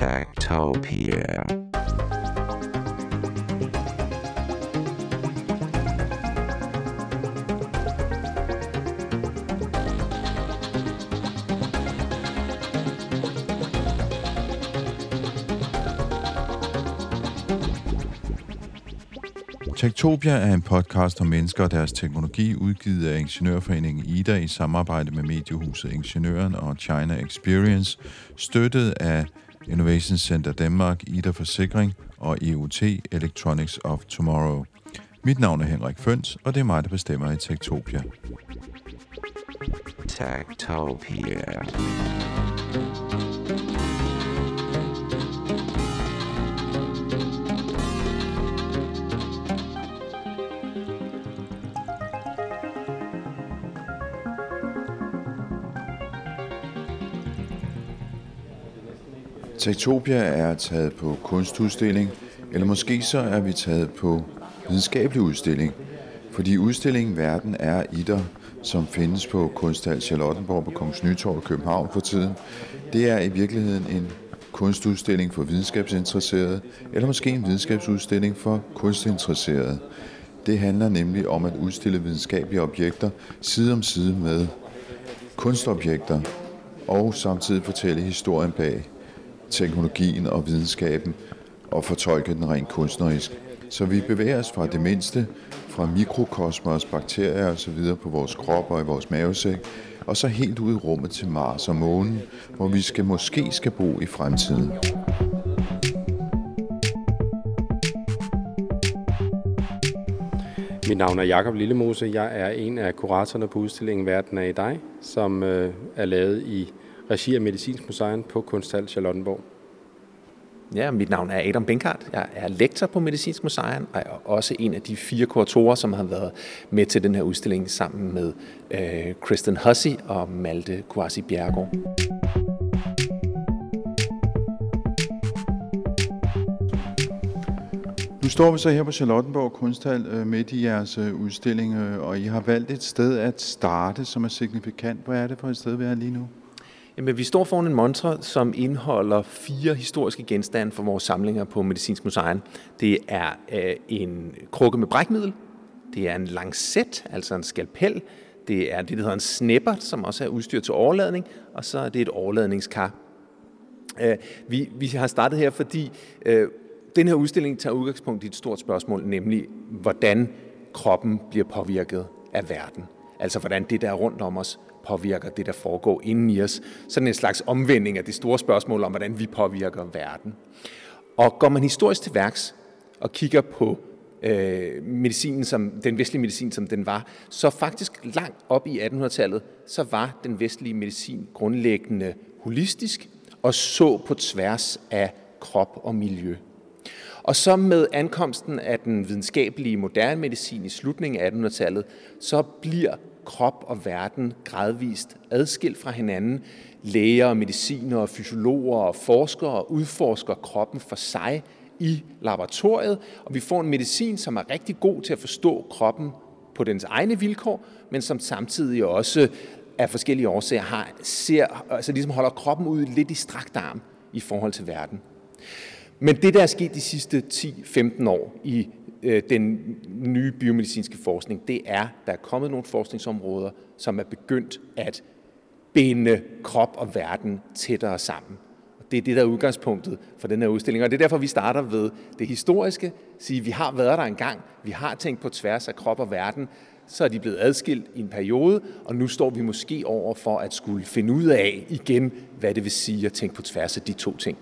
Techtopia. Techtopia er en podcast om mennesker og deres teknologi, udgivet af Ingeniørforeningen IDA i samarbejde med mediehuset Ingeniøren og China Experience, støttet af Innovation Center Denmark, IDA Forsikring og EOT Electronics of Tomorrow. Mit navn er Henrik Føns, og det er mig, der bestemmer i Techtopia. Techtopia. Techtopia er taget på kunstudstilling, eller måske så er vi taget på videnskabelig udstilling, fordi udstillingen Verden er i dig, som findes på Kunsthal Charlottenborg på Kongens Nytorv i København for tiden, det er i virkeligheden en kunstudstilling for videnskabsinteresserede, eller måske en videnskabsudstilling for kunstinteresserede. Det handler nemlig om at udstille videnskabelige objekter side om side med kunstobjekter, og samtidig fortælle historien bag teknologien og videnskaben og fortolke den rent kunstnerisk. Så vi bevæger os fra det mindste, fra mikrokosmos, bakterier og så videre på vores krop og i vores mavesæk, og så helt ud i rummet til Mars og Månen, hvor vi måske skal bo i fremtiden. Mit navn er Jakob Lillemose. Jeg er en af kuratorerne på udstillingen Verden er i dig, som er lavet i regi af Medicinsk Museum på Kunsthal Charlottenborg. Ja, mit navn er Adam Benkart. Jeg er lektor på Medicinsk Museum og er også en af de 4 kuratorer, som har været med til den her udstilling sammen med Kristen Hussey og Malte Kouassi Bjerregaard. Nu står vi så her på Charlottenborg Kunsthal midt i jeres udstilling, og I har valgt et sted at starte, som er signifikant. Hvad er det for et sted, vi er lige nu? Jamen, vi står foran en montre, som indeholder 4 historiske genstande fra vores samlinger på Medicinsk Museum. Det er en krukke med brækmiddel, det er en lancet, altså en skalpel, det er det, der hedder en snepper, som også er udstyr til overladning, og så er det et overladningskar. Vi har startet her, fordi den her udstilling tager udgangspunkt i et stort spørgsmål, nemlig hvordan kroppen bliver påvirket af verden. Altså hvordan det, der er rundt om os, påvirker det, der foregår inden i os. Sådan en slags omvending af det store spørgsmål om, hvordan vi påvirker verden. Og går man historisk til værks og kigger på medicinen, den vestlige medicin, som den var, så faktisk langt op i 1800-tallet, så var den vestlige medicin grundlæggende holistisk og så på tværs af krop og miljø. Og så med ankomsten af den videnskabelige moderne medicin i slutningen af 1800-tallet, så bliver krop og verden gradvist adskilt fra hinanden. Læger og mediciner og fysiologer og forskere udforsker kroppen for sig i laboratoriet, og vi får en medicin, som er rigtig god til at forstå kroppen på dens egne vilkår, men som samtidig også af forskellige årsager ligesom holder kroppen ud lidt i strakt arm i forhold til verden. Men det, der er sket de sidste 10-15 år i den nye biomedicinske forskning, det er, der er kommet nogle forskningsområder, som er begyndt at binde krop og verden tættere sammen. Og det er det, der er udgangspunktet for den her udstilling. Og det er derfor, vi starter ved det historiske. Sige, vi har været der engang, vi har tænkt på tværs af krop og verden, så er de blevet adskilt i en periode, og nu står vi måske over for at skulle finde ud af igen, hvad det vil sige at tænke på tværs af de 2 ting.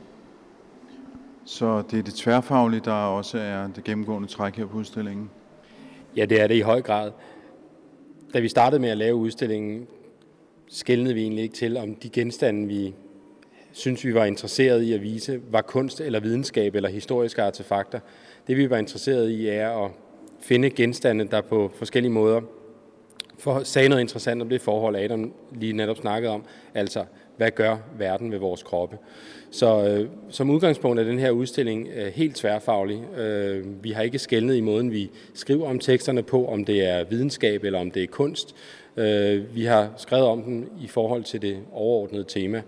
Så det er det tværfaglige, der også er det gennemgående træk her på udstillingen? Ja, det er det i høj grad. Da vi startede med at lave udstillingen, skelnede vi egentlig ikke til, om de genstande, vi synes, vi var interesseret i at vise, var kunst eller videnskab eller historiske artefakter. Det, vi var interesseret i, er at finde genstande, der på forskellige måder sagde noget interessant om det forhold, Adam lige netop snakkede om, altså hvad gør verden ved vores kroppe. Så som udgangspunkt er den her udstilling helt tværfaglig. Vi har ikke skelnet i måden, vi skriver om teksterne på, om det er videnskab eller om det er kunst. Vi har skrevet om den i forhold til det overordnede tema.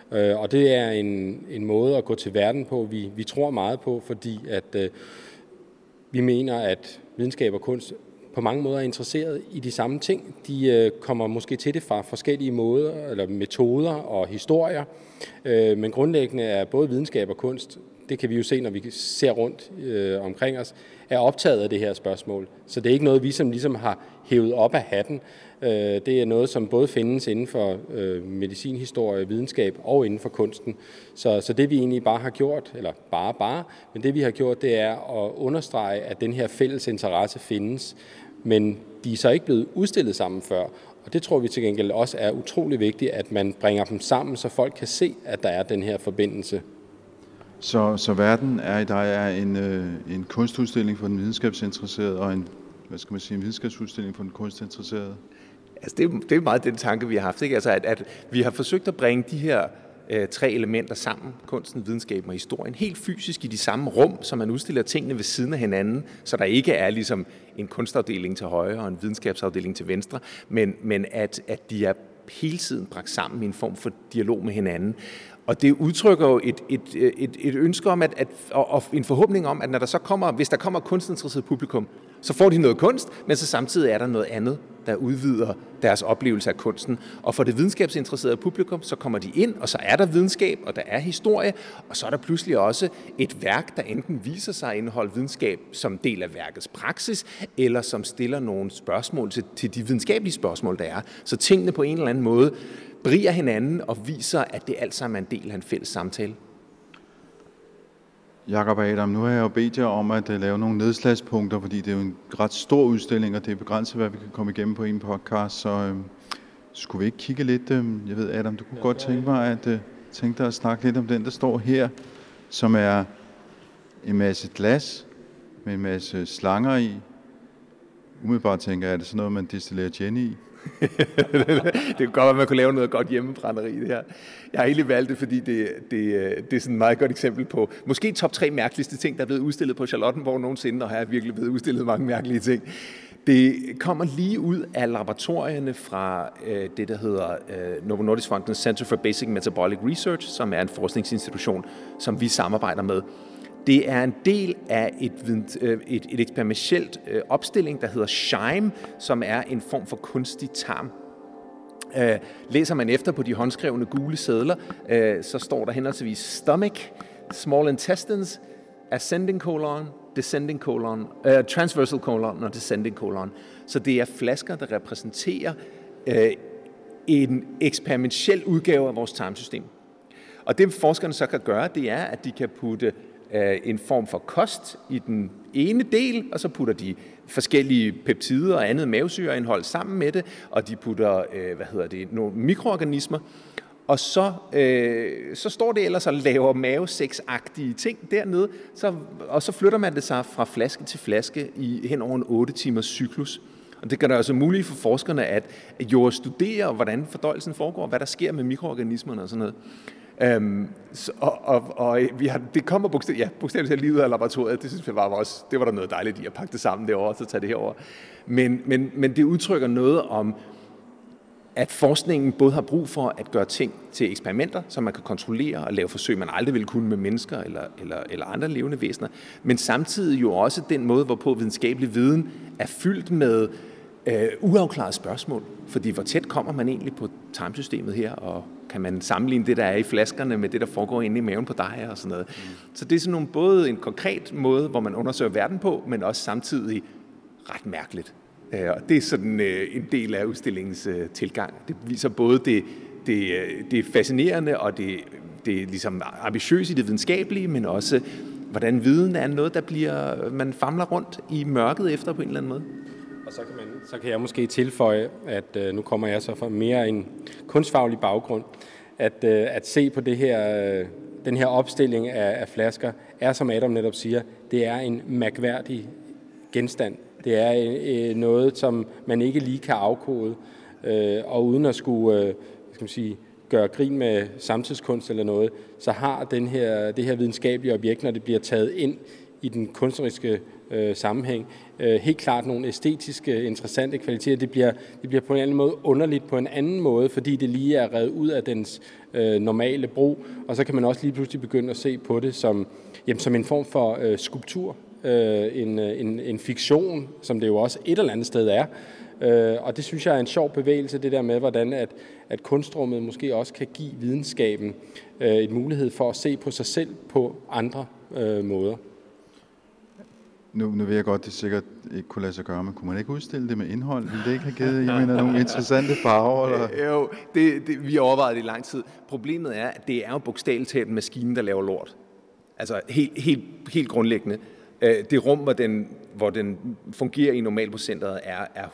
Og det er en måde at gå til verden på, vi tror meget på, fordi at vi mener, at videnskab og kunst på mange måder er interesseret i de samme ting. De kommer måske til det fra forskellige måder, eller metoder og historier, men grundlæggende er både videnskab og kunst, det kan vi jo se, når vi ser rundt omkring os, er optaget af det her spørgsmål. Så det er ikke noget, vi som ligesom har hævet op af hatten. Det er noget, som både findes inden for medicinhistorie, videnskab og inden for kunsten. Så det vi egentlig bare har gjort, eller men det vi har gjort, det er at understrege, at den her fælles interesse findes, men de er så ikke blevet udstillet sammen før. Og det tror vi til gengæld også er utrolig vigtigt, at man bringer dem sammen, så folk kan se, at der er den her forbindelse. Så verden er i dag er en kunstudstilling for den videnskabsinteresserede og en videnskabsudstilling for den kunstinteresserede? Altså det er meget den tanke, vi har haft, ikke? Altså, at vi har forsøgt at bringe de her 3 elementer sammen, kunsten, videnskaben og historien, helt fysisk i de samme rum, så man udstiller tingene ved siden af hinanden, så der ikke er ligesom en kunstafdeling til højre og en videnskabsafdeling til venstre, men at de er hele tiden bragt sammen i en form for dialog med hinanden. Og det udtrykker jo et ønske om, og en forhåbning om, at hvis der kommer kunstinteresseret publikum, så får de noget kunst, men så samtidig er der noget andet, der udvider deres oplevelse af kunsten. Og for det videnskabsinteresserede publikum, så kommer de ind, og så er der videnskab, og der er historie, og så er der pludselig også et værk, der enten viser sig at indeholde videnskab som del af værkets praksis, eller som stiller nogle spørgsmål til de videnskabelige spørgsmål, der er. Så tingene på en eller anden måde beriger hinanden og viser, at det alt sammen er en del af en fælles samtale. Jakob og Adam, nu har jeg jo bedt jer om at lave nogle nedslagspunkter, fordi det er jo en ret stor udstilling, og det er begrænset, hvad vi kan komme igennem på en podcast, så skulle vi ikke kigge lidt, jeg ved Adam, du kunne godt tænke dig at snakke lidt om den, der står her, som er en masse glas med en masse slanger i. Umiddelbart tænker jeg, er det sådan noget, man destillerer gin i? Det kan godt være, at man kunne lave noget godt hjemmebrænderi det her. Jeg har egentlig valgt det, fordi det er sådan et meget godt eksempel på måske top 3 mærkeligste ting, der er blevet udstillet på Charlottenborg nogensinde, og her er virkelig blevet udstillet mange mærkelige ting. Det kommer lige ud af laboratorierne fra det, der hedder Novo Nordisk Fondens Center for Basic Metabolic Research, som er en forskningsinstitution, som vi samarbejder med. Det er en del af et eksperimentelt opstilling, der hedder SHIME, som er en form for kunstig tarm. Læser man efter på de håndskrevne gule sedler, så står der henholdsvis stomach, small intestines, ascending colon, descending colon, transversal colon og descending colon. Så det er flasker, der repræsenterer en eksperimentel udgave af vores tarmsystem. Og det forskerne så kan gøre, det er, at de kan putte en form for kost i den ene del, og så putter de forskellige peptider og andet mavesyreindhold sammen med det, og de putter nogle mikroorganismer, og så står det ellers og laver mavesexagtige ting dernede, og så flytter man det sig fra flaske til flaske hen over en 8 timers cyklus. Og det gør det altså muligt for forskerne at studere, hvordan fordøjelsen foregår, hvad der sker med mikroorganismerne og sådan noget. Det kommer bogstaveligt talt lige ud af laboratoriet. Det synes jeg det var der noget dejligt i at pakke det sammen derovre og så tage det herover. Men det udtrykker noget om, at forskningen både har brug for at gøre ting til eksperimenter, som man kan kontrollere og lave forsøg, man aldrig ville kunne med mennesker eller andre levende væsener, men samtidig jo også den måde, hvorpå videnskabelig viden er fyldt med uafklarede spørgsmål. Fordi hvor tæt kommer man egentlig på tarmsystemet her, og kan man sammenligne det, der er i flaskerne, med det, der foregår inde i maven på dig og sådan noget. Så det er sådan både en konkret måde, hvor man undersøger verden på, men også samtidig ret mærkeligt. Og det er sådan en del af udstillingens tilgang. Det viser både det fascinerende og det ligesom ambitiøse i det videnskabelige, men også hvordan viden er noget, man famler rundt i mørket efter på en eller anden måde. Og så kan jeg måske tilføje, at nu kommer jeg så fra mere en kunstfaglig baggrund, at se på det her, den her opstilling af flasker, er som Adam netop siger, det er en mærkværdig genstand. Det er noget, som man ikke lige kan afkode, og uden at skulle gøre grin med samtidskunst eller noget, så har det her videnskabelige objekt, når det bliver taget ind i den kunstneriske sammenhæng. Helt klart nogle æstetiske, interessante kvaliteter. Det bliver på en eller anden måde underligt på en anden måde, fordi det lige er revet ud af dens normale brug, og så kan man også lige pludselig begynde at se på det som en form for skulptur, en fiktion, som det jo også et eller andet sted er. Og det synes jeg er en sjov bevægelse, det der med, hvordan at kunstrummet måske også kan give videnskaben et mulighed for at se på sig selv på andre måder. Nu ved jeg godt, det sikkert ikke kunne lade sig gøre, men kunne man ikke udstille det med indhold? Ville det ikke have givet nogle interessante farver? Eller? Jo, vi overvejede det i lang tid. Problemet er, at det er jo bogstaveligt talt maskinen, der laver lort. Altså helt grundlæggende. Det rum, hvor den fungerer i normalprocenteret, er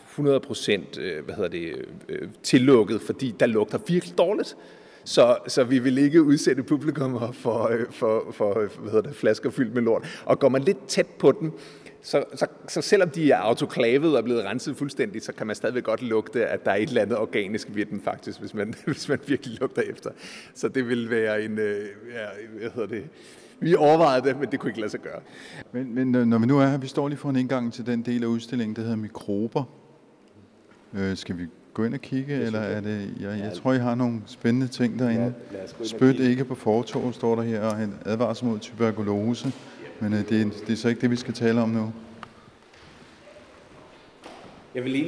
100% tillukket, fordi der lugter virkelig dårligt. Så vi vil ikke udsætte publikummer for flasker fyldt med lort. Og går man lidt tæt på den, så selvom de er autoklavet og er blevet renset fuldstændigt, så kan man stadigvæk godt lugte, at der er et eller andet organisk ved den faktisk, hvis man virkelig lugter efter. Så det vil være vi overvejede det, men det kunne ikke lade sig gøre. Men når vi nu er her, vi står lige for en indgang til den del af udstillingen, der hedder mikrober. Skal vi gå ind og kigge, eller er det... Jeg tror, I har nogle spændende ting derinde. Spyt ikke på fortov, står der her, og en advarsel mod tuberkulose. Men det er så ikke det, vi skal tale om nu. Jeg vil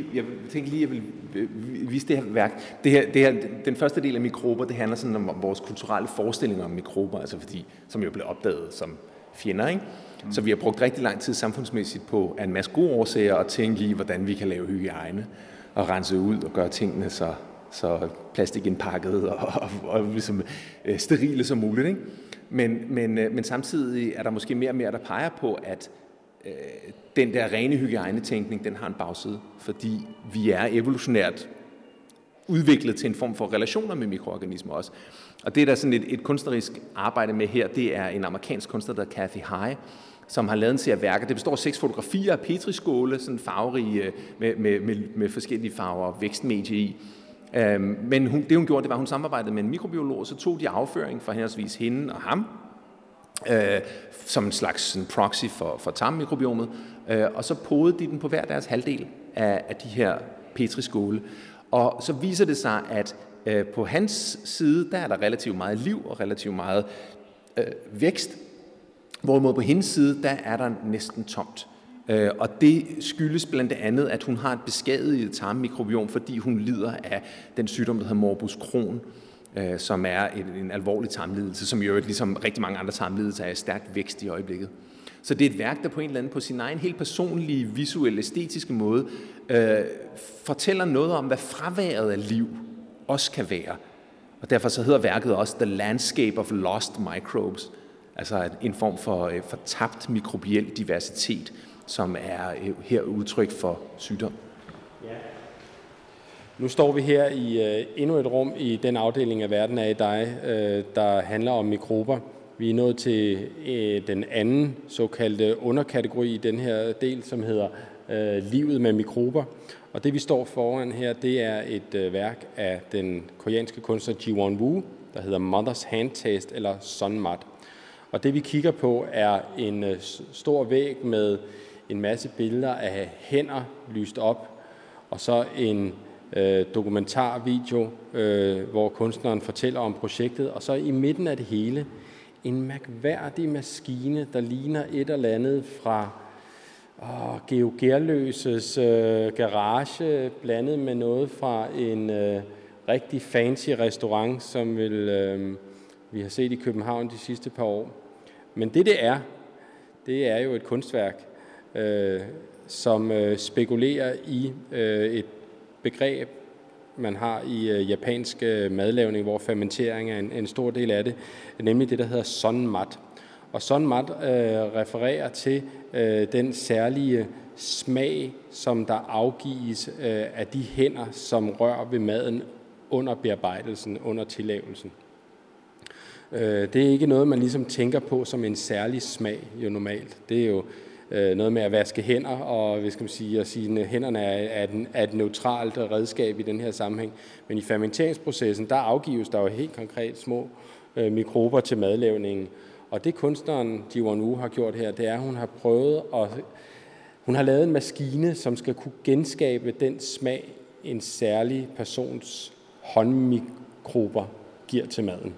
vise det her værk. Den første del af mikrober, det handler sådan om vores kulturelle forestillinger om mikrober, altså som jo blev opdaget som fjender, ikke? Så vi har brugt rigtig lang tid samfundsmæssigt på en masse gode årsager og tænke i, hvordan vi kan lave hygiejne og rense ud og gøre tingene så plastikindpakket og ligesom sterile som muligt, ikke? Men samtidig er der måske mere og mere, der peger på, at den der rene hygiejnetænkning, den har en bagside, fordi vi er evolutionært udviklet til en form for relationer med mikroorganismer også. Og det, der er sådan et kunstnerisk arbejde med her, det er en amerikansk kunstner, der Kathy Heye, som har lavet en serie værker. Det består af 6 fotografier af petriskåle, sådan farverige med forskellige farver vækstmedie i. Men det hun gjorde, det var, at hun samarbejdede med en mikrobiolog, og så tog de afføring fra henholdsvis hende og ham, som en slags proxy for tarmmikrobiomet, og så podede de den på hver deres halvdel af de her petriskåle. Og så viser det sig, at på hans side, der er der relativt meget liv og relativt meget vækst, hvorimod på hendes side, der er der næsten tomt. Og det skyldes blandt andet, at hun har et beskadiget tarmmikrobiom, fordi hun lider af den sygdom, der hedder morbus Crohn, som er en alvorlig tarmlidelse, som jo ligesom rigtig mange andre tarmlidelser er i stærk vækst i øjeblikket. Så det er et værk, der på en eller anden, på sin egen helt personlige, visuelle, æstetiske måde, fortæller noget om, hvad fraværet af liv også kan være. Og derfor så hedder værket også The Landscape of Lost Microbes, altså en form for tabt mikrobiel diversitet, som er her udtryk for sygdom. Ja. Nu står vi her i endnu et rum i den afdeling af Verden er i dig, der handler om mikrober. Vi er nået til den anden såkaldte underkategori i den her del, som hedder livet med mikrober. Og det vi står foran her, det er et værk af den koreanske kunstner Ji-won Woo, der hedder Mother's Handtaste eller Sun Mat. Og det vi kigger på er en stor væg med en masse billeder af hænder lyst op, og så en dokumentarvideo, hvor kunstneren fortæller om projektet, og så i midten af det hele en mærkværdig maskine, der ligner et eller andet fra Georg Gerløses garage, blandet med noget fra en rigtig fancy restaurant, som vi har set i København de sidste par år. Men det er jo et kunstværk, som spekulerer i et begreb, man har i japansk madlavning, hvor fermentering er en stor del af det, nemlig det, der hedder Sun Mat. Og Sun Mat refererer til den særlige smag, som der afgives af de hænder, som rører ved maden under bearbejdelsen, under tillavelsen. Det er ikke noget, man ligesom tænker på som en særlig smag, jo normalt. Det er jo noget med at vaske hænder, og hvad skal man sige, at sige, hænderne er et neutralt redskab i den her sammenhæng. Men i fermenteringsprocessen, der afgives der jo helt konkret små mikrober til madlavningen. Og det kunstneren Ji-Won Woo har gjort her, det er, at hun har lavet en maskine, som skal kunne genskabe den smag, en særlig persons håndmikrober giver til maden.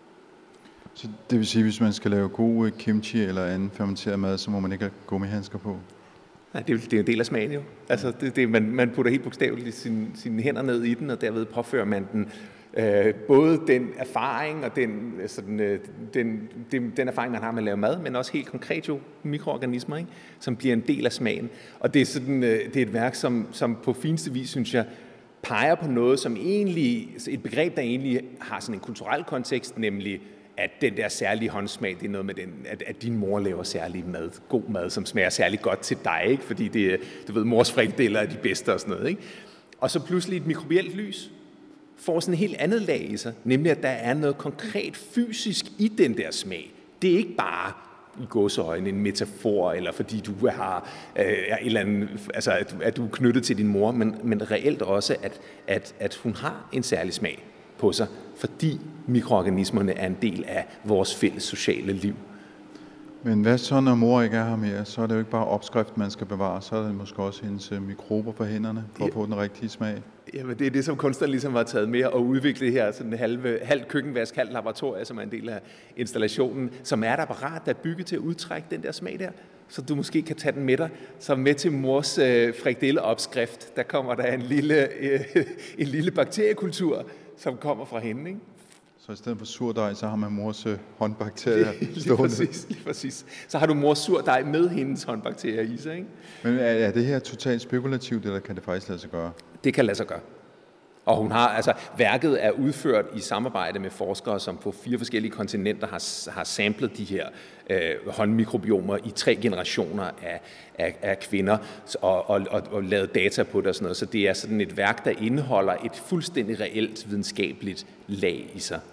Så det vil sige, hvis man skal lave god kimchi eller anden fermenteret mad, så må man ikke have gummihandsker på? Nej, det er en del af smagen jo. Altså, man putter helt bogstaveligt sine hænder ned i den, og derved påfører man den både den erfaring og den erfaring, man har med at lave mad, men også helt konkret jo mikroorganismer, ikke? Som bliver en del af smagen. Og det er et værk, som på fineste vis, synes jeg, peger på noget, som egentlig, et begreb, der egentlig har sådan en kulturel kontekst, nemlig at den der særlige håndsmag, det er noget med at din mor laver særlig mad, god mad, som smager særlig godt til dig, ikke? Fordi det, du ved, mors frikadeller er de bedste og sådan noget, ikke? Og så pludselig et mikrobielt lys får sådan et helt andet lag i sig, nemlig at der er noget konkret fysisk i den der smag. Det er ikke bare i gåseøjne en metafor, eller fordi du har et eller andet, altså at du er knyttet til din mor, men reelt også, at hun har en særlig smag på sig, fordi mikroorganismerne er en del af vores fælles sociale liv. Men hvad så, når mor ikke er her mere? Så er det jo ikke bare opskrift, man skal bevare, så er det måske også hendes mikrober på hænderne, for at få den rigtige smag. Jamen, det er det, som kunstneren ligesom har taget med og udviklet her, sådan en halv køkkenvask, halv laboratorie, som er en del af installationen, som er et apparat, der er bygget til at udtrække den der smag der, så du måske kan tage den med dig. Så med til mors frikadelleopskrift, der kommer der en lille bakteriekultur, som kommer fra hende, ikke? Så i stedet for surdej, så har man mors håndbakterier stående. Lige præcis. Så har du mors surdej med hendes håndbakterier i sig, ikke? Men er det her totalt spekulativt, eller kan det faktisk lade sig gøre? Det kan lade sig gøre. Og hun har, altså, værket er udført i samarbejde med forskere, som på 4 forskellige kontinenter har samlet de her håndmikrobiomer i 3 generationer af kvinder og lavet data på det og sådan noget. Så det er sådan et værk, der indeholder et fuldstændig reelt videnskabeligt lag i sig.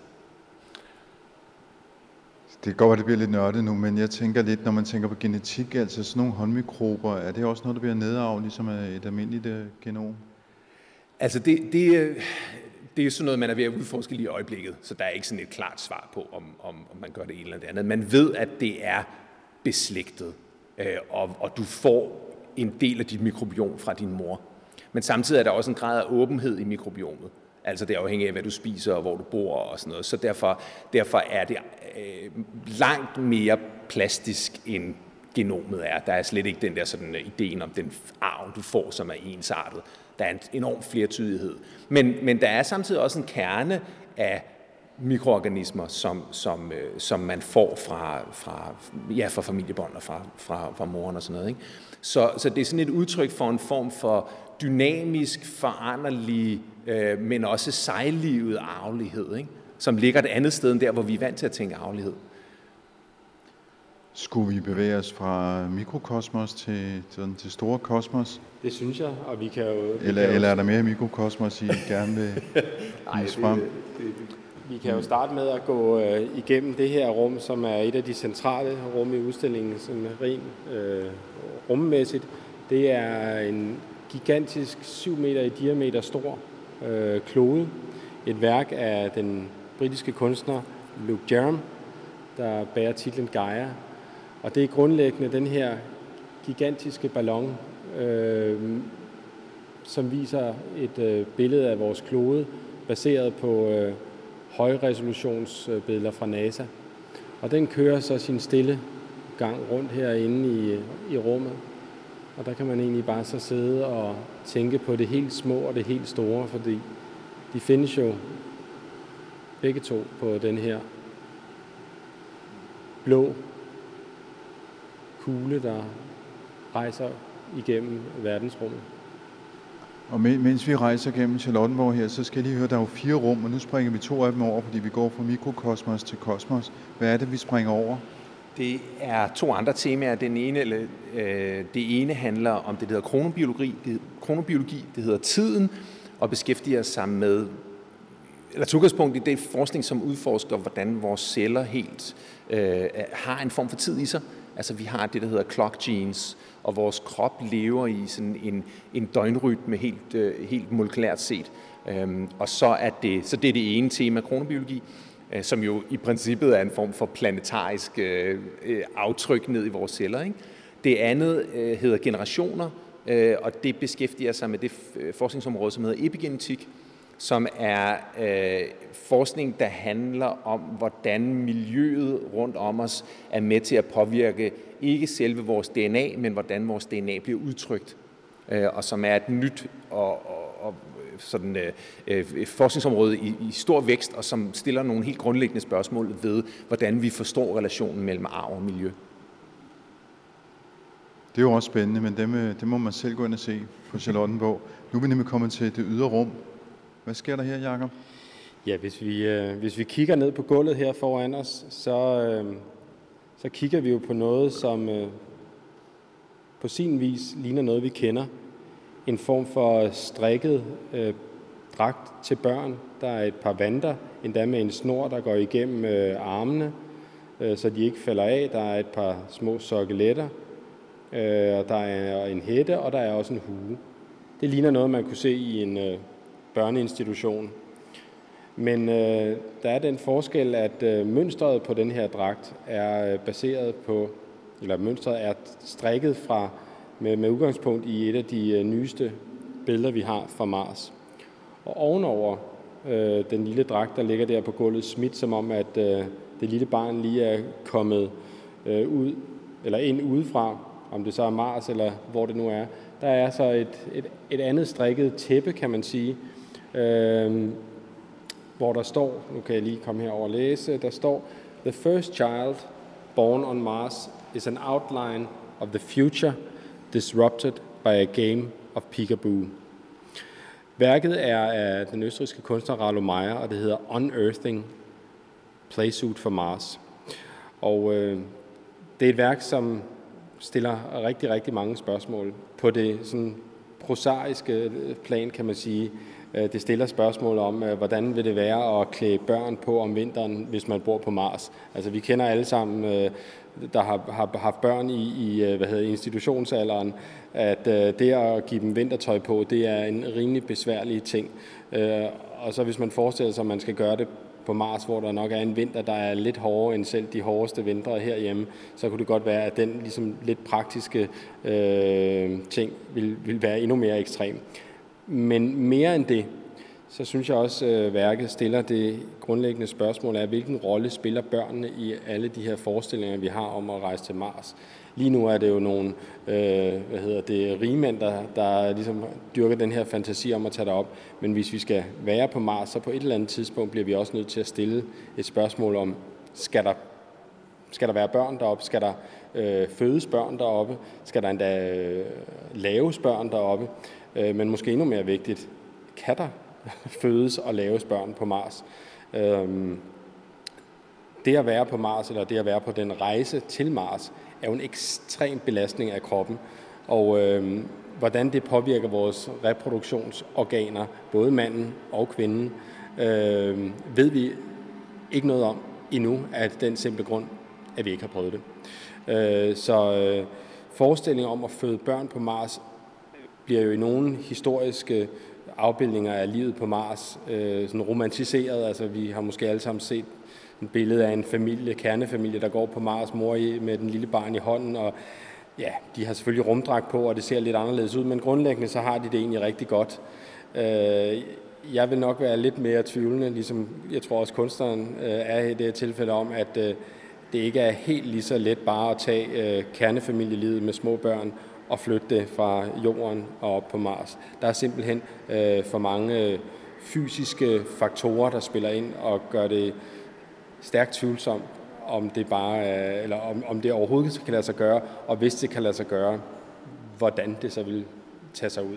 Det kan godt være, det bliver lidt nørdet nu, men jeg tænker lidt, når man tænker på genetik, altså sådan nogle håndmikrober, er det også noget, der bliver nedarvet, ligesom et almindeligt genom? Altså det er sådan noget, man er ved at udforske lige i øjeblikket, så der er ikke sådan et klart svar på, om man gør det ene eller det andet. Man ved, at det er beslægtet, og du får en del af dit mikrobiom fra din mor. Men samtidig er der også en grad af åbenhed i mikrobiomet. Altså det afhænger af, hvad du spiser og hvor du bor og sådan noget. Så derfor er det langt mere plastisk, end genomet er. Der er slet ikke den der sådan ideen om den arv, du får, som er ensartet. Der er en enorm flertydighed. Men der er samtidig også en kerne af mikroorganismer, som man får fra familiebånd og fra moren og sådan noget, ikke? Så det er sådan et udtryk for en form for dynamisk, foranderlig, men også sejlivet arvelighed, ikke? Som ligger et andet sted end der, hvor vi er vant til at tænke arvelighed. Skulle vi bevæge os fra mikrokosmos til store kosmos? Det synes jeg, og vi kan jo... Eller er der mere mikrokosmos, I gerne vil vise frem? Vi kan jo starte med at gå igennem det her rum, som er et af de centrale rum i udstillingen, som er rent rummæssigt. Det er en gigantisk 7 meter i diameter stor klode. Et værk af den britiske kunstner Luke Jerram, der bærer titlen Gaia. Og det er grundlæggende den her gigantiske ballon, som viser et billede af vores klode, baseret på højresolutionsbilleder fra NASA. Og den kører så sin stille gang rundt herinde i rummet. Og der kan man egentlig bare så sidde og tænke på det helt små og det helt store, fordi de findes jo begge to på den her blå kugle, der rejser igennem verdensrummet. Og mens vi rejser gennem Charlottenborg her, så skal jeg lige høre, der er jo 4 rum, og nu springer vi 2 af dem over, fordi vi går fra mikrokosmos til kosmos. Hvad er det, vi springer over? Det er 2 andre temaer. Det ene handler om det, der hedder kronobiologi. Det hedder tiden, og beskæftiger sig med, eller til udgangspunkt i det forskning, som udforsker, hvordan vores celler helt har en form for tid i sig. Altså vi har det, der hedder clock genes, og vores krop lever i sådan en døgnrytme helt molekylært set. Og så er det det ene tema, kronobiologi. som jo i princippet er en form for planetarisk aftryk ned i vores celler, ikke? Det andet hedder generationer, og det beskæftiger sig med det forskningsområde, som hedder epigenetik, som er forskning, der handler om, hvordan miljøet rundt om os er med til at påvirke ikke selve vores DNA, men hvordan vores DNA bliver udtrykt, og som er et nyt og sådan forskningsområde i stor vækst, og som stiller nogle helt grundlæggende spørgsmål ved, hvordan vi forstår relationen mellem arv og miljø. Det er jo også spændende, men det må man selv gå ind og se på Charlottenborg. Nu er vi nemlig kommet til det ydre rum. Hvad sker der her, Jakob? Ja, hvis vi kigger ned på gulvet her foran os, så kigger vi jo på noget, som på sin vis ligner noget, vi kender. En form for strikket dragt til børn. Der er et par vanter, endda med en snor, der går igennem armene, så de ikke falder af. Der er et par små sokkeletter, og der er en hætte, og der er også en hue. Det ligner noget, man kunne se i en børneinstitution. Men der er den forskel, at mønstret på den her dragt er baseret på, eller mønstret er strikket fra med udgangspunkt i et af de nyeste billeder, vi har fra Mars. Og ovenover den lille dragt, der ligger der på gulvet, smidt som om, at det lille barn lige er kommet ud eller ind udefra, om det så er Mars eller hvor det nu er. Der er så et andet strikket tæppe, kan man sige, hvor der står, nu kan jeg lige komme herover og læse, der står, "The first child born on Mars is an outline of the future disrupted by a game of peekaboo." Værket er af den østrigske kunstner Ralo Meyer, og det hedder Unearthing Playsuit for Mars. Og det er et værk, som stiller rigtig, rigtig mange spørgsmål på det sådan prosaiske plan, kan man sige. Det stiller spørgsmål om, hvordan vil det være at klæde børn på om vinteren, hvis man bor på Mars. Altså, vi kender alle sammen, der har haft børn i institutionsalderen, at det at give dem vintertøj på, det er en rimelig besværlig ting. Og så hvis man forestiller sig, at man skal gøre det på Mars, hvor der nok er en vinter, der er lidt hårdere end selv de hårdeste vintre herhjemme, så kunne det godt være, at den ligesom lidt praktiske ting vil være endnu mere ekstrem. Men mere end det, så synes jeg også, at værket stiller det grundlæggende spørgsmål af, hvilken rolle spiller børnene i alle de her forestillinger, vi har om at rejse til Mars. Lige nu er det jo nogle rigmænd, der ligesom dyrker den her fantasi om at tage det op. Men hvis vi skal være på Mars, så på et eller andet tidspunkt bliver vi også nødt til at stille et spørgsmål om, skal der være børn deroppe? Skal der fødes børn deroppe? Skal der endda laves børn deroppe? Men måske endnu mere vigtigt, kan der fødes og laves børn på Mars? Det at være på Mars, eller det at være på den rejse til Mars, er jo en ekstrem belastning af kroppen. Og hvordan det påvirker vores reproduktionsorganer, både manden og kvinden, ved vi ikke noget om endnu, af den simple grund, at vi ikke har prøvet det. Så forestillingen om at føde børn på Mars bliver jo i nogle historiske afbildninger af livet på Mars sådan romantiseret. Altså, vi har måske alle sammen set et billede af en familie, kernefamilie, der går på Mars, mor med den lille barn i hånden, og ja, de har selvfølgelig rumdragt på, og det ser lidt anderledes ud, men grundlæggende så har de det egentlig rigtig godt. Jeg vil nok være lidt mere tvivlende, ligesom jeg tror også kunstneren er i det her tilfælde om, at det ikke er helt lige så let bare at tage kernefamilielivet med små børn og flytte det fra jorden og op på Mars. Der er simpelthen for mange fysiske faktorer, der spiller ind og gør det stærkt tvivlsomt, om det om det overhovedet kan lade sig gøre, og hvis det kan lade sig gøre, hvordan det så vil tage sig ud.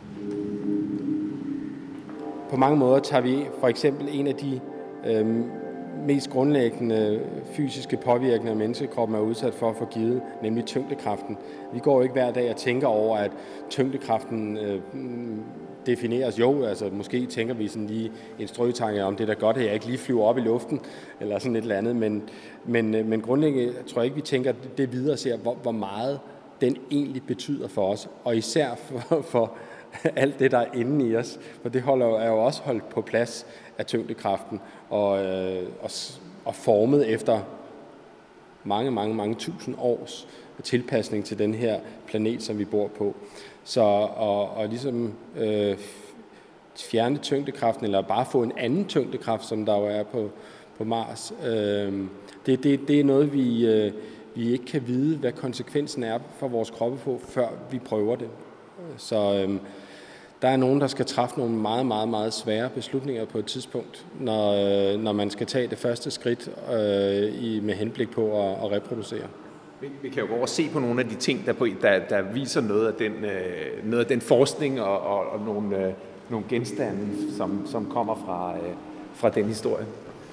På mange måder tager vi for eksempel en af de mest grundlæggende fysiske påvirkninger, menneskekroppen er udsat for at få givet, nemlig tyngdekraften. Vi går jo ikke hver dag og tænker over, at tyngdekraften defineres. Jo, altså måske tænker vi sådan lige en strøtanke om, det er da godt, at jeg ikke lige flyver op i luften, eller sådan et eller andet, men grundlæggende tror jeg ikke, vi tænker det videre og ser, hvor meget den egentlig betyder for os, og især for alt det, der er inde i os. For det er jo også holdt på plads af tyngdekraften og formet efter mange tusind års tilpasning til den her planet, som vi bor på. Så og ligesom fjerne tyngdekraften, eller bare få en anden tyngdekraft, som der jo er på Mars, det er noget, vi ikke kan vide, hvad konsekvensen er for vores kroppe på, før vi prøver det. Så der er nogen, der skal træffe nogle meget svære beslutninger på et tidspunkt, når man skal tage det første skridt med henblik på at reproducere. Vi kan jo gå over og se på nogle af de ting, der viser noget af den forskning og nogle genstande, som kommer fra den historie.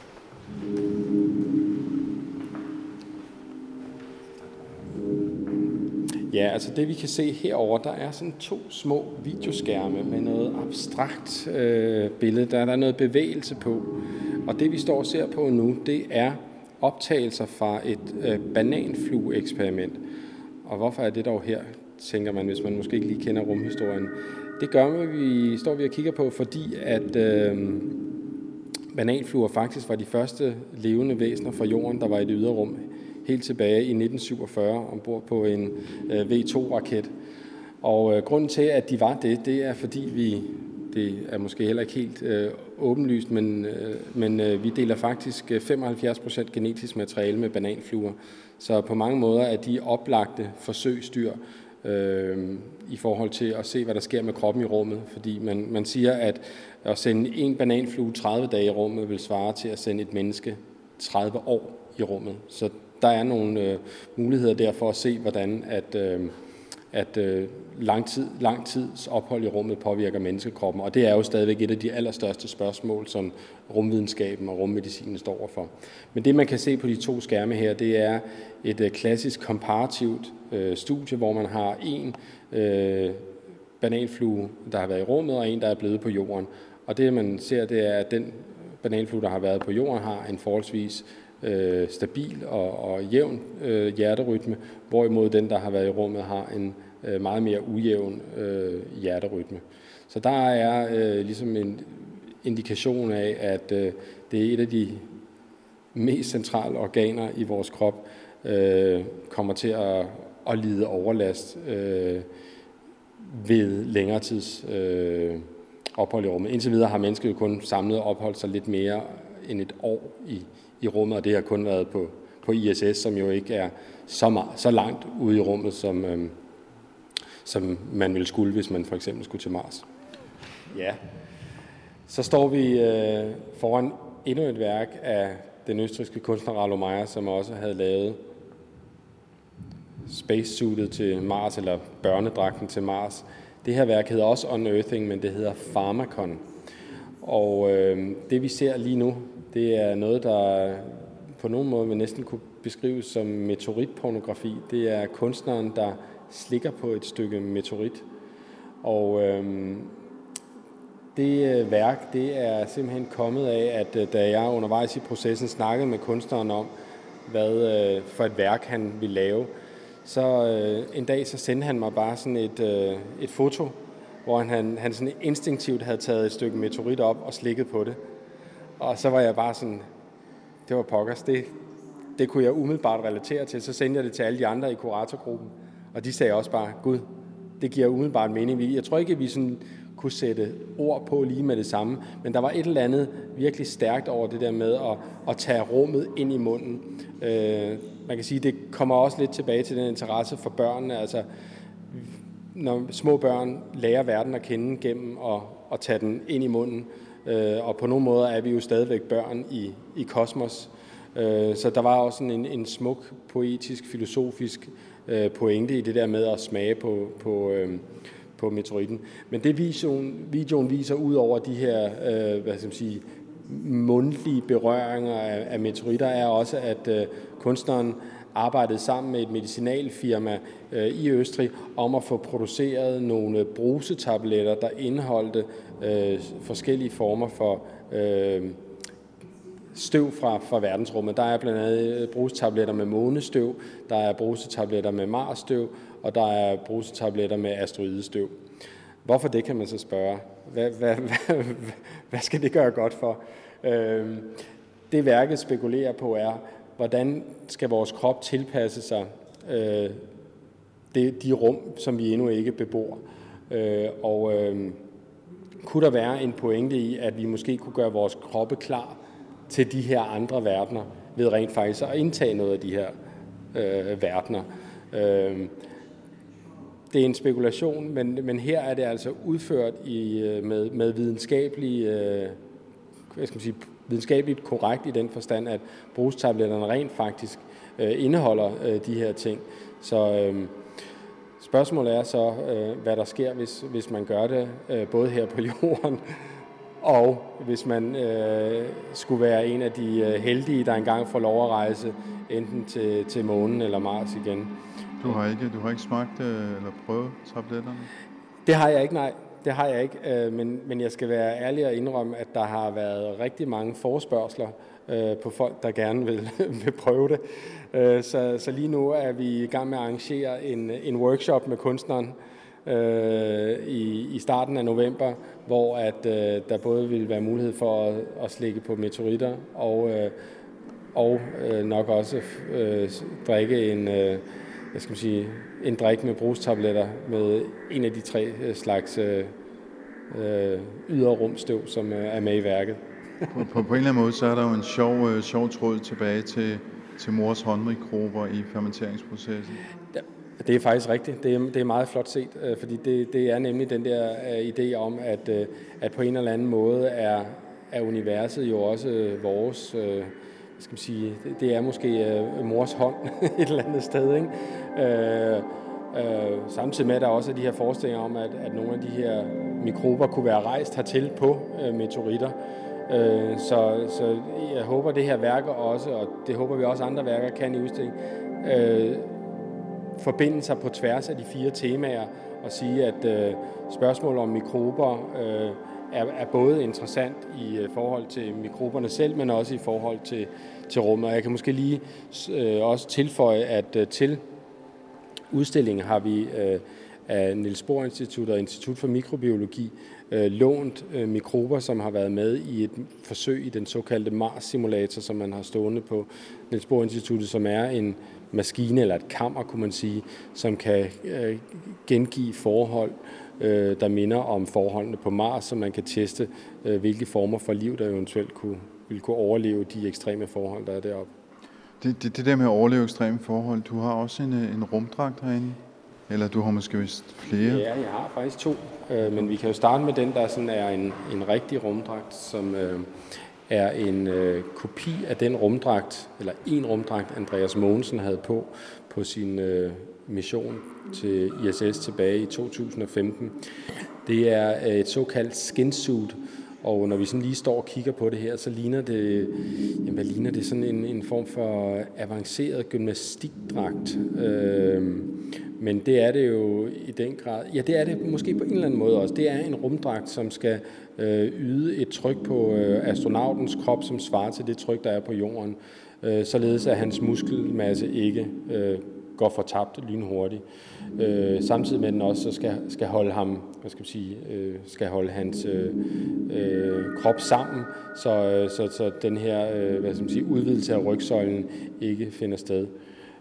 Ja, altså det vi kan se herover, der er sådan 2 små videoskærme med noget abstrakt billede. Der er noget bevægelse på. Og det vi står og ser på nu, det er optagelser fra et bananflue-eksperiment. Og hvorfor er det dog her, tænker man, hvis man måske ikke lige kender rumhistorien. Det gør vi står og kigger på, fordi at bananfluer faktisk var de første levende væsener fra jorden, der var i det ydre rum, helt tilbage i 1947 ombord på en V2-raket. Og grunden til, at de var det er fordi det er måske heller ikke helt åbenlyst, men vi deler faktisk 75% genetisk materiale med bananfluer. Så på mange måder er de oplagte forsøgsdyr i forhold til at se, hvad der sker med kroppen i rummet. Fordi man siger, at sende en bananflue 30 dage i rummet vil svare til at sende et menneske 30 år i rummet. Så der er nogle muligheder der for at se, hvordan at lang tids ophold i rummet påvirker menneskekroppen. Og det er jo stadigvæk et af de allerstørste spørgsmål, som rumvidenskaben og rummedicinen står overfor. Men det, man kan se på de 2 skærme her, det er et klassisk komparativt studie, hvor man har en bananflue, der har været i rummet, og en, der er blevet på jorden. Og det, man ser, det er, at den bananflue, der har været på jorden, har en forholdsvis stabil og jævn hjerterytme, hvorimod den, der har været i rummet, har en meget mere ujævn hjerterytme. Så der er ligesom en indikation af, at det er et af de mest centrale organer i vores krop, kommer til at lide overlast ved længere tids ophold i rummet. Indtil videre har mennesket kun samlet og opholdt sig lidt mere end et år i rummet, og det har kun været på ISS, som jo ikke er så langt ude i rummet, som man ville skulle, hvis man for eksempel skulle til Mars. Ja, så står vi foran endnu et værk af den østrigske kunstner Ralo Meyer, som også havde lavet spacesuitet til Mars, eller børnedragten til Mars. Det her værk hedder også Unearthing, men det hedder Pharmakon. Og det vi ser lige nu, det er noget, der på nogen måde vil næsten kunne beskrives som meteoritpornografi. Det er kunstneren, der slikker på et stykke meteorit. Og det værk, det er simpelthen kommet af, at da jeg undervejs i processen snakkede med kunstneren om, hvad for et værk han ville lave, så en dag så sendte han mig bare sådan et foto, hvor han sådan instinktivt havde taget et stykke meteorit op og slikket på det. Og så var jeg bare sådan, det var pokkers, det kunne jeg umiddelbart relatere til. Så sendte jeg det til alle de andre i kuratorgruppen, og de sagde også bare, gud, det giver umiddelbart mening. Jeg tror ikke, at vi sådan kunne sætte ord på lige med det samme, men der var et eller andet virkelig stærkt over det der med at tage rummet ind i munden. Man kan sige, det kommer også lidt tilbage til den interesse for børnene. Altså, når små børn lærer verden at kende gennem at tage den ind i munden, og på nogle måder er vi jo stadigvæk børn i kosmos. Så der var også en smuk, poetisk, filosofisk pointe i det der med at smage på meteoritten. Men det videoen viser ud over de her mundtlige berøringer af meteoritter, er også, at kunstneren arbejdede sammen med et medicinalfirma i Østrig om at få produceret nogle brusetabletter, der indeholdte forskellige former for støv fra verdensrummet. Der er blandt andet brusetabletter med månestøv, der er brusetabletter med Marsstøv, og der er brusetabletter med asteroidestøv. Hvorfor det, kan man så spørge. Hvad skal det gøre godt for? Det værket spekulerer på er, hvordan skal vores krop tilpasse sig de rum, som vi endnu ikke bebor. Kunne der være en pointe i, at vi måske kunne gøre vores kroppe klar til de her andre verdener, ved rent faktisk at indtage noget af de her verdener. Det er en spekulation, men her er det altså udført med videnskabeligt korrekt i den forstand, at brugstabletterne rent faktisk indeholder de her ting. Så spørgsmålet er så, hvad der sker, hvis man gør det både her på jorden, og hvis man skulle være en af de heldige, der engang får lov at rejse enten til månen eller Mars igen. Du har ikke smagt eller prøvet tabletterne? Det har jeg ikke, nej. Det har jeg ikke, men jeg skal være ærlig og indrømme, at der har været rigtig mange forespørgsler på folk, der gerne vil prøve det. Så lige nu er vi i gang med at arrangere en workshop med kunstneren i starten af november, hvor at der både vil være mulighed for at slikke på meteoritter og nok også drikke en drik med brugstabletter med en af de 3 slags yderrumstøv, som er med i værket. På en eller anden måde, så er der jo en sjov tråd tilbage til mors håndmikrober i fermenteringsprocessen. Det er faktisk rigtigt. Det er meget flot set, fordi det er nemlig den der idé om, at på en eller anden måde er universet jo også vores, det er måske mors hånd et eller andet sted, ikke? Samtidig med, at der også er de her forestillinger om, at nogle af de her mikrober kunne være rejst hertil på meteoritter. Så jeg håber, det her værker også, og det håber vi også andre værker kan i udstillingen, forbinde sig på tværs af de 4 temaer og sige, at spørgsmål om mikrober er både interessant i forhold til mikroberne selv, men også i forhold til rummet. Og jeg kan måske lige også tilføje, at til udstillingen har vi af Niels Bohr Institut og Institut for Mikrobiologi lånt mikrober, som har været med i et forsøg i den såkaldte Mars-simulator, som man har stående på Niels Bohr Instituttet, som er en maskine eller et kammer, kunne man sige, som kan gengive forhold, der minder om forholdene på Mars, så man kan teste, hvilke former for liv, der eventuelt ville kunne overleve de ekstreme forhold, der er deroppe. Det der med at overleve ekstreme forhold, du har også en rumdragt herinde? Eller du har måske vist flere? Ja, jeg har faktisk 2, men vi kan jo starte med den, der sådan er en rigtig rumdragt, som er en kopi af den rumdragt, eller en rumdragt, Andreas Mogensen havde på sin mission til ISS tilbage i 2015. Det er et såkaldt skinsuit, og når vi sådan lige står og kigger på det her, så ligner det, hvad ligner det? Sådan en form for avanceret gymnastikdragt. Men det er det jo i den grad. Ja, det er det måske på en eller anden måde også. Det er en rumdragt, som skal yde et tryk på astronautens krop, som svarer til det tryk, der er på jorden, således at hans muskelmasse ikke går fortabt lynhurtigt. Samtidig med den også skal holde ham, skal holde hans krop sammen, så den her udvidelse af rygsøjlen ikke finder sted.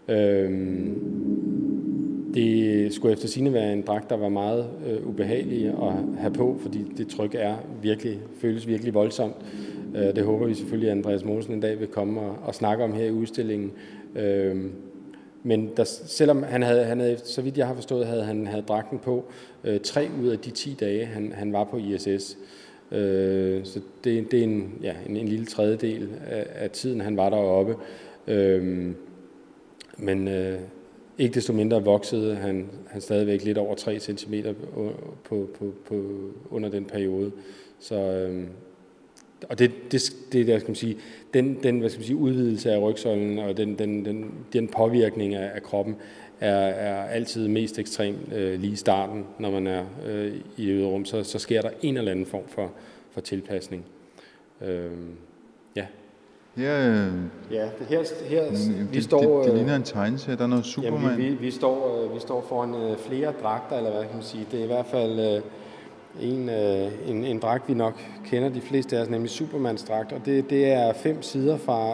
Det skulle efter sigende være en dragt, der var meget ubehagelig at have på, fordi det tryk føles virkelig voldsomt. Det håber vi selvfølgelig, at Andreas Mogensen en dag vil komme og snakke om her i udstillingen. Men selvom han havde, så vidt jeg har forstået, havde han dragten på 3 ud af de 10 dage, han var på ISS. Så det er en lille tredjedel af tiden, han var deroppe. Men ikke desto mindre voksede han stadigvæk lidt over 3 cm under den periode. Så, og det der, skal man sige, den udvidelse af rygsøjlen og den påvirkning af kroppen er altid mest ekstrem lige i starten, når man er i øget rum, så sker der en eller anden form for tilpasning. Ja. Ja, vi står. Det ligner en tegneserie, der er noget Superman. Jamen, vi står foran flere dragter, eller hvad kan man sige. Det er i hvert fald en dragt, vi nok kender de fleste af os, nemlig Supermans dragt. Og det er 5 sider fra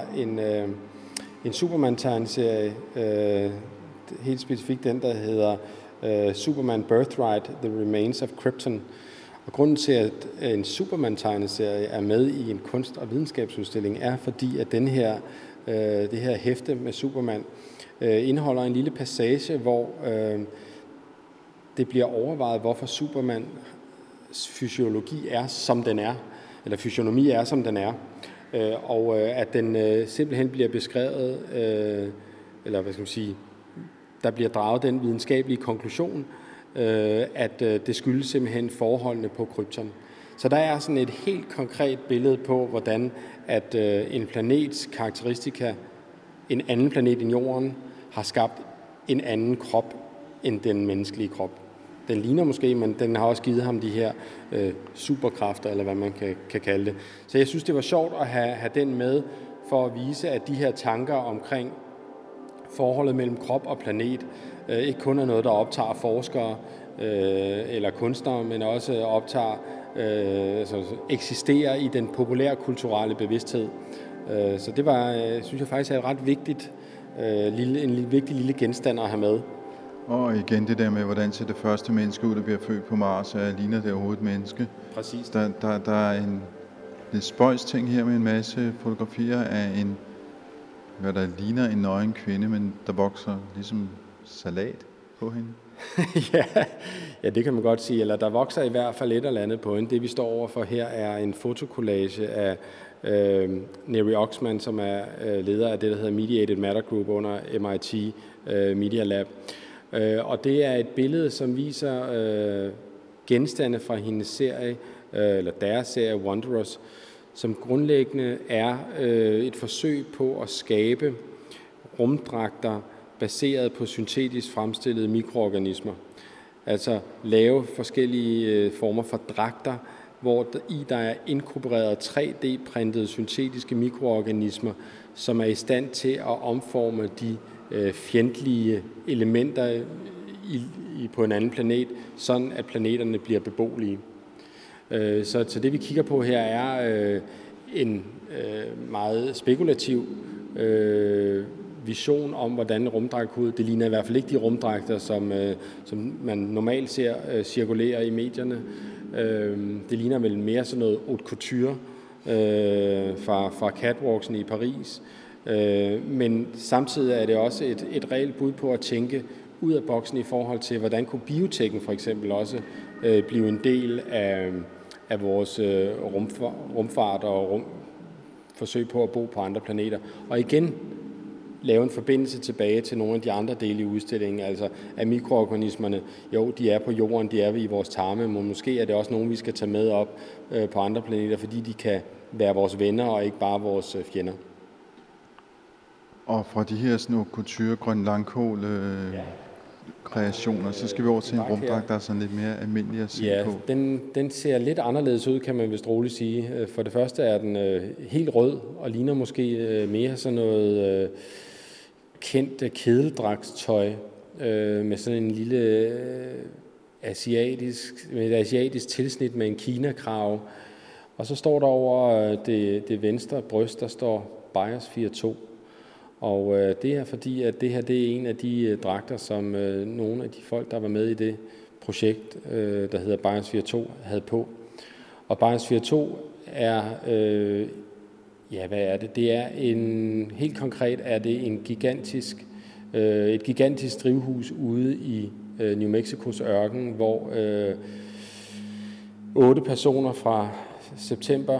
en Superman-tegneserie, helt specifikt den, der hedder Superman Birthright, The Remains of Krypton. Og grunden til, at en Superman-tegneserie er med i en kunst- og videnskabsudstilling, er fordi, at det her hæfte med Superman indeholder en lille passage, hvor det bliver overvejet, hvorfor Supermans fysiologi er, som den er, eller fysionomi er, som den er, og at den simpelthen bliver beskrevet, eller hvad skal man sige, der bliver draget den videnskabelige konklusion, at det skyldes simpelthen forholdene på Krypton. Så der er sådan et helt konkret billede på, hvordan at en planets karakteristika, en anden planet end Jorden, har skabt en anden krop end den menneskelige krop. Den ligner måske, men den har også givet ham de her superkræfter, eller hvad man kan kalde det. Så jeg synes, det var sjovt at have den med, for at vise, at de her tanker omkring forholdet mellem krop og planet ikke kun er noget, der optager forskere eller kunstnere, men også optager, eksisterer i den populære kulturelle bevidsthed. Så det var, synes jeg faktisk er et ret vigtigt, en vigtig lille genstand at have med. Og igen det der med, hvordan ser det første menneske ud, der bliver født på Mars, og ligner det overhovedet et menneske? Præcis. Der er en lidt spøjs ting her med en masse fotografier af hvad der ligner en nøgen kvinde, men der vokser ligesom salat på hende. Ja, det kan man godt sige. Eller der vokser i hvert fald et eller andet på hende. Det vi står overfor her er en fotokollage af Neri Oxman, som er leder af det, der hedder Mediated Matter Group under MIT Media Lab. Og det er et billede, som viser genstande fra hendes serie, eller deres serie Wanderers, som grundlæggende er et forsøg på at skabe rumdragter baseret på syntetisk fremstillede mikroorganismer. Altså lave forskellige former for dragter, hvor der er inkorporeret 3D-printede syntetiske mikroorganismer, som er i stand til at omforme de fjendtlige elementer på en anden planet, sådan at planeterne bliver beboelige. Så det vi kigger på her er en meget spekulativ vision om, hvordan rumdragt kunne. Det ligner i hvert fald ikke de rumdragter, som man normalt ser cirkulere i medierne. Det ligner vel mere sådan noget haute couture fra catwalksene i Paris. Men samtidig er det også et reelt bud på at tænke ud af boksen i forhold til, hvordan kunne biotekken for eksempel også blive en del af vores rumfart og forsøg på at bo på andre planeter. Og igen lave en forbindelse tilbage til nogle af de andre dele i udstillingen, altså at mikroorganismerne, jo, de er på jorden, de er i vores tarme, men måske er det også nogle, vi skal tage med op på andre planeter, fordi de kan være vores venner og ikke bare vores fjender. Og fra de her sådan couture, grøn langkål kreationer, så skal vi over til en rumdragt, der er sådan lidt mere almindelig at se på. Ja, den ser lidt anderledes ud, kan man vist roligt sige. For det første er den helt rød, og ligner måske mere sådan noget kendt kedeldragtstøj, med sådan en lille asiatisk tilsnit med en kinakrave. Og så står der over det venstre bryst, der står Biosphere 2. Og det er fordi, at det her det er en af de dragter, som nogle af de folk, der var med i det projekt, der hedder Biosphere 2, havde på. Og Biosphere 2 er, hvad er det? Det er helt konkret er det et gigantisk drivhus ude i New Mexicos ørken, hvor 8 personer fra september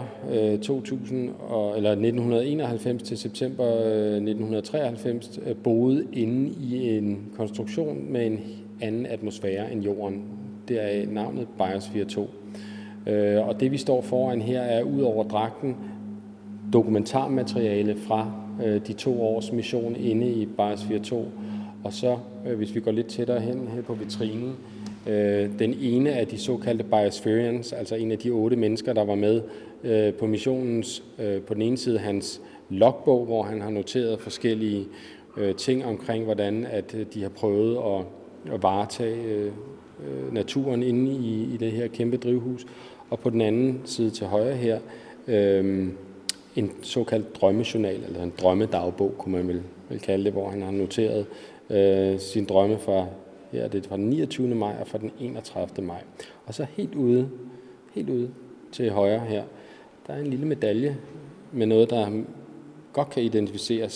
1991 til september 1993 boede inde i en konstruktion med en anden atmosfære end jorden. Det er navnet Biosphere 2. Og det vi står foran her er ud over dragten dokumentarmateriale fra de 2 års mission inde i Biosphere 2. Og så, hvis vi går lidt tættere hen på vitrinen, den ene af de såkaldte Biospherians, altså en af de 8 mennesker, der var med på missionens, på den ene side hans logbog, hvor han har noteret forskellige ting omkring, hvordan at de har prøvet at varetage naturen inde i det her kæmpe drivhus. Og på den anden side til højre her, en såkaldt drømmejournal, eller en drømmedagbog, kunne man vel kalde det, hvor han har noteret sine drømme fra, her, det er fra den 29. maj og fra den 31. maj. Og så helt ude til højre her, der er en lille medalje med noget, der godt kan identificeres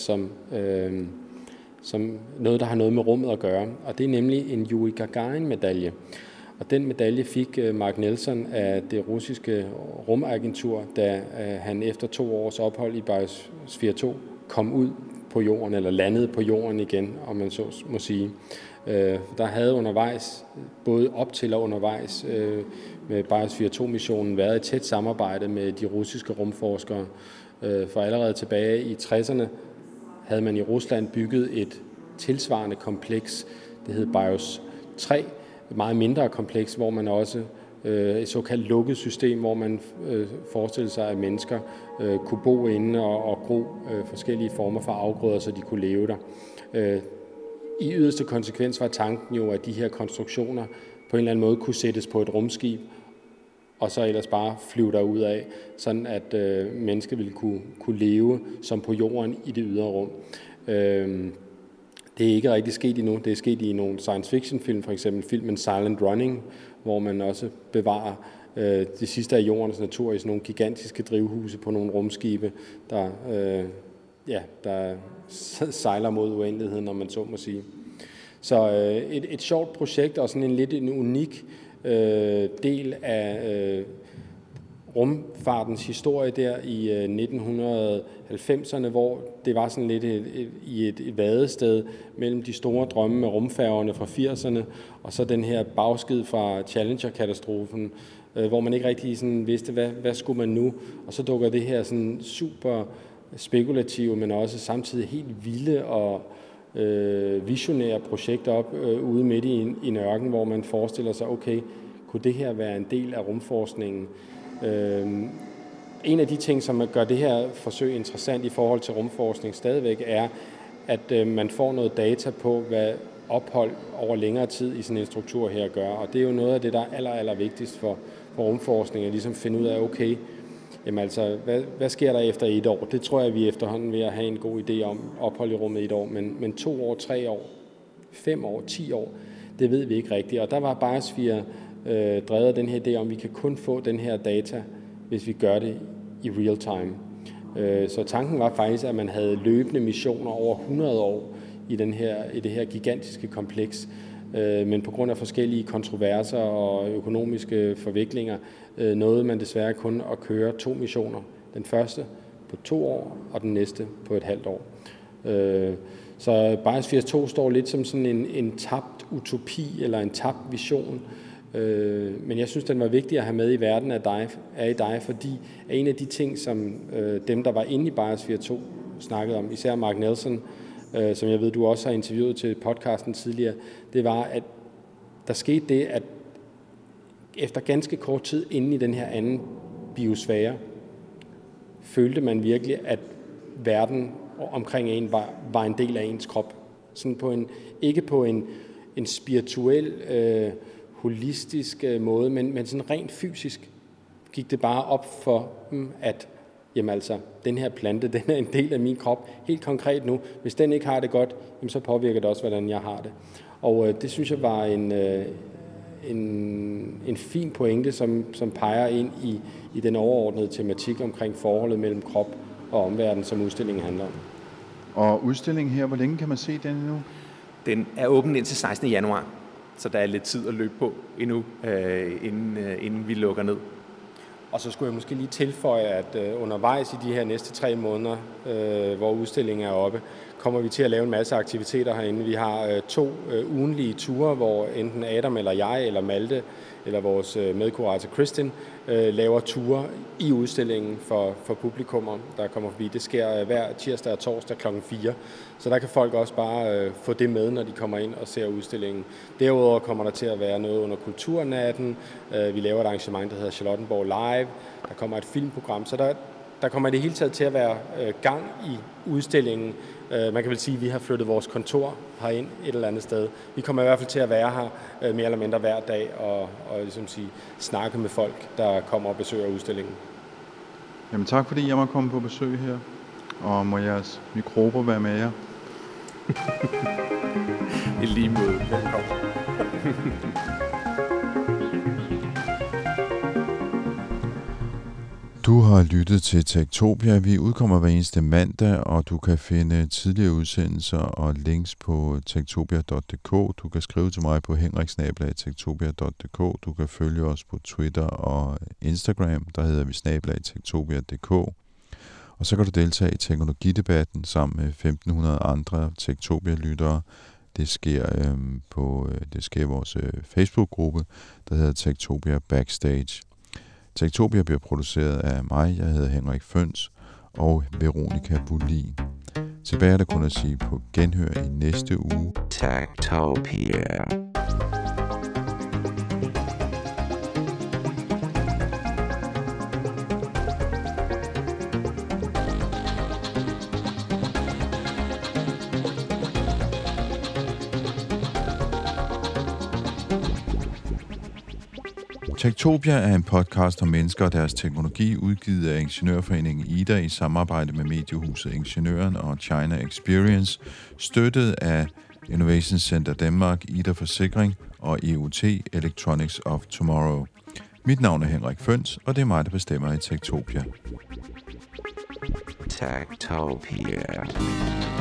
som noget, der har noget med rummet at gøre. Og det er nemlig en Yuri Gagarin-medalje. Og den medalje fik Mark Nelson af det russiske rumagentur, da han efter 2 års ophold i Biosphere 2 kom ud på jorden, eller landede på jorden igen, om man så må sige. Der havde undervejs, både op til og undervejs med Biosphere 2-missionen, været et tæt samarbejde med de russiske rumforskere. For allerede tilbage i 60'erne havde man i Rusland bygget et tilsvarende kompleks, det hed BIOS 3, et meget mindre kompleks, hvor man også et såkaldt lukket system, hvor man forestillede sig, at mennesker kunne bo inde og gro forskellige former for afgrøder, så de kunne leve der. I yderste konsekvens var tanken jo, at de her konstruktioner på en eller anden måde kunne sættes på et rumskib, og så ellers bare flyve derud af, sådan at mennesker ville kunne leve som på jorden i det ydre rum. Det er ikke rigtig sket endnu. Det er sket i nogle science fiction film, for eksempel filmen Silent Running, hvor man også bevarer det sidste af jordens natur i sådan nogle gigantiske drivhuse på nogle rumskibe, der sejler mod uendeligheden, når man så må sige. Så et sjovt projekt og sådan en unik del af rumfartens historie der i 1990'erne, hvor det var sådan lidt i et vadested mellem de store drømme med rumfærgerne fra 80'erne, og så den her bagskid fra Challenger-katastrofen, hvor man ikke rigtig sådan vidste, hvad skulle man nu? Og så dukker det her sådan super spekulative, men også samtidig helt vilde og visionære projekter op ude midt i en ørken, hvor man forestiller sig, okay, kunne det her være en del af rumforskningen? En af de ting, som gør det her forsøg interessant i forhold til rumforskning stadigvæk, er, at man får noget data på, hvad ophold over længere tid i sådan en struktur her gør. Og det er jo noget af det, der er aller vigtigst for rumforskning, at ligesom finde ud af, okay, jamen altså, hvad sker der efter 1 år? Det tror jeg, vi efterhånden ved at have en god idé om ophold i rummet i 1 år, men 2 år, 3 år, 5 år, 10 år, det ved vi ikke rigtigt. Og der var Biosphere drevet af den her idé om, at vi kan kun få den her data, hvis vi gør det i real time. Så tanken var faktisk, at man havde løbende missioner over 100 år i det her gigantiske kompleks. Men på grund af forskellige kontroverser og økonomiske forviklinger, nåede man desværre kun at køre 2 missioner. Den første på 2 år, og den næste på et halvt år. Så Biosphere 2 står lidt som sådan en tabt utopi, eller en tabt vision. Men jeg synes, den var vigtig at have med i verden af dig, fordi en af de ting, som dem, der var inde i Biosphere 2, snakkede om, især Mark Nelson, som jeg ved, du også har interviewet til podcasten tidligere, det var, at der skete det, at efter ganske kort tid inde i den her anden biosfære, følte man virkelig, at verden omkring en var en del af ens krop. Sådan ikke på en spirituel, holistisk måde, men sådan rent fysisk gik det bare op for at jamen altså, den her plante, den er en del af min krop, helt konkret nu. Hvis den ikke har det godt, jamen så påvirker det også, hvordan jeg har det. Og det synes jeg var en fin pointe, som peger ind i den overordnede tematik omkring forholdet mellem krop og omverden, som udstillingen handler om. Og udstillingen her, hvor længe kan man se den nu? Den er åben indtil 16. januar, så der er lidt tid at løbe på endnu, inden vi lukker ned. Og så skulle jeg måske lige tilføje, at undervejs i de her næste 3 måneder, hvor udstillingen er oppe, kommer vi til at lave en masse aktiviteter herinde. Vi har 2 ugenlige ture, hvor enten Adam eller jeg, eller Malte, eller vores medkurator Kristin, laver ture i udstillingen for publikummer, der kommer forbi. Det sker hver tirsdag og torsdag kl. 4. Så der kan folk også bare få det med, når de kommer ind og ser udstillingen. Derudover kommer der til at være noget under Kulturnatten. Vi laver et arrangement, der hedder Charlottenborg Live. Der kommer et filmprogram. Så Der kommer i det hele taget til at være gang i udstillingen. Man kan vel sige, at vi har flyttet vores kontor herind et eller andet sted. Vi kommer i hvert fald til at være her mere eller mindre hver dag og ligesom sige, snakke med folk, der kommer og besøger udstillingen. Jamen tak, fordi jeg må komme på besøg her. Og må jeres mikrober være med jer? I lige måde. Velkommen. Du har lyttet til Techtopia. Vi udkommer hver eneste mandag, og du kan finde tidligere udsendelser og links på techtopia.dk. Du kan skrive til mig på henrik@techtopia.dk. Du kan følge os på Twitter og Instagram. Der hedder vi @techtopia.dk. Og så kan du deltage i teknologidebatten sammen med 1500 andre Techtopia-lyttere. Det sker i vores Facebook-gruppe, der hedder Techtopia Backstage. Techtopia bliver produceret af mig, jeg hedder Henrik Føns, og Veronica Bullin. Tilbage er der kun at sige på genhør i næste uge. Techtopia. Techtopia er en podcast om mennesker og deres teknologi, udgivet af Ingeniørforeningen IDA i samarbejde med mediehuset Ingeniøren og China Experience, støttet af Innovation Center Danmark, IDA Forsikring og EUT Electronics of Tomorrow. Mit navn er Henrik Føns, og det er mig, der bestemmer i Techtopia. Techtopia.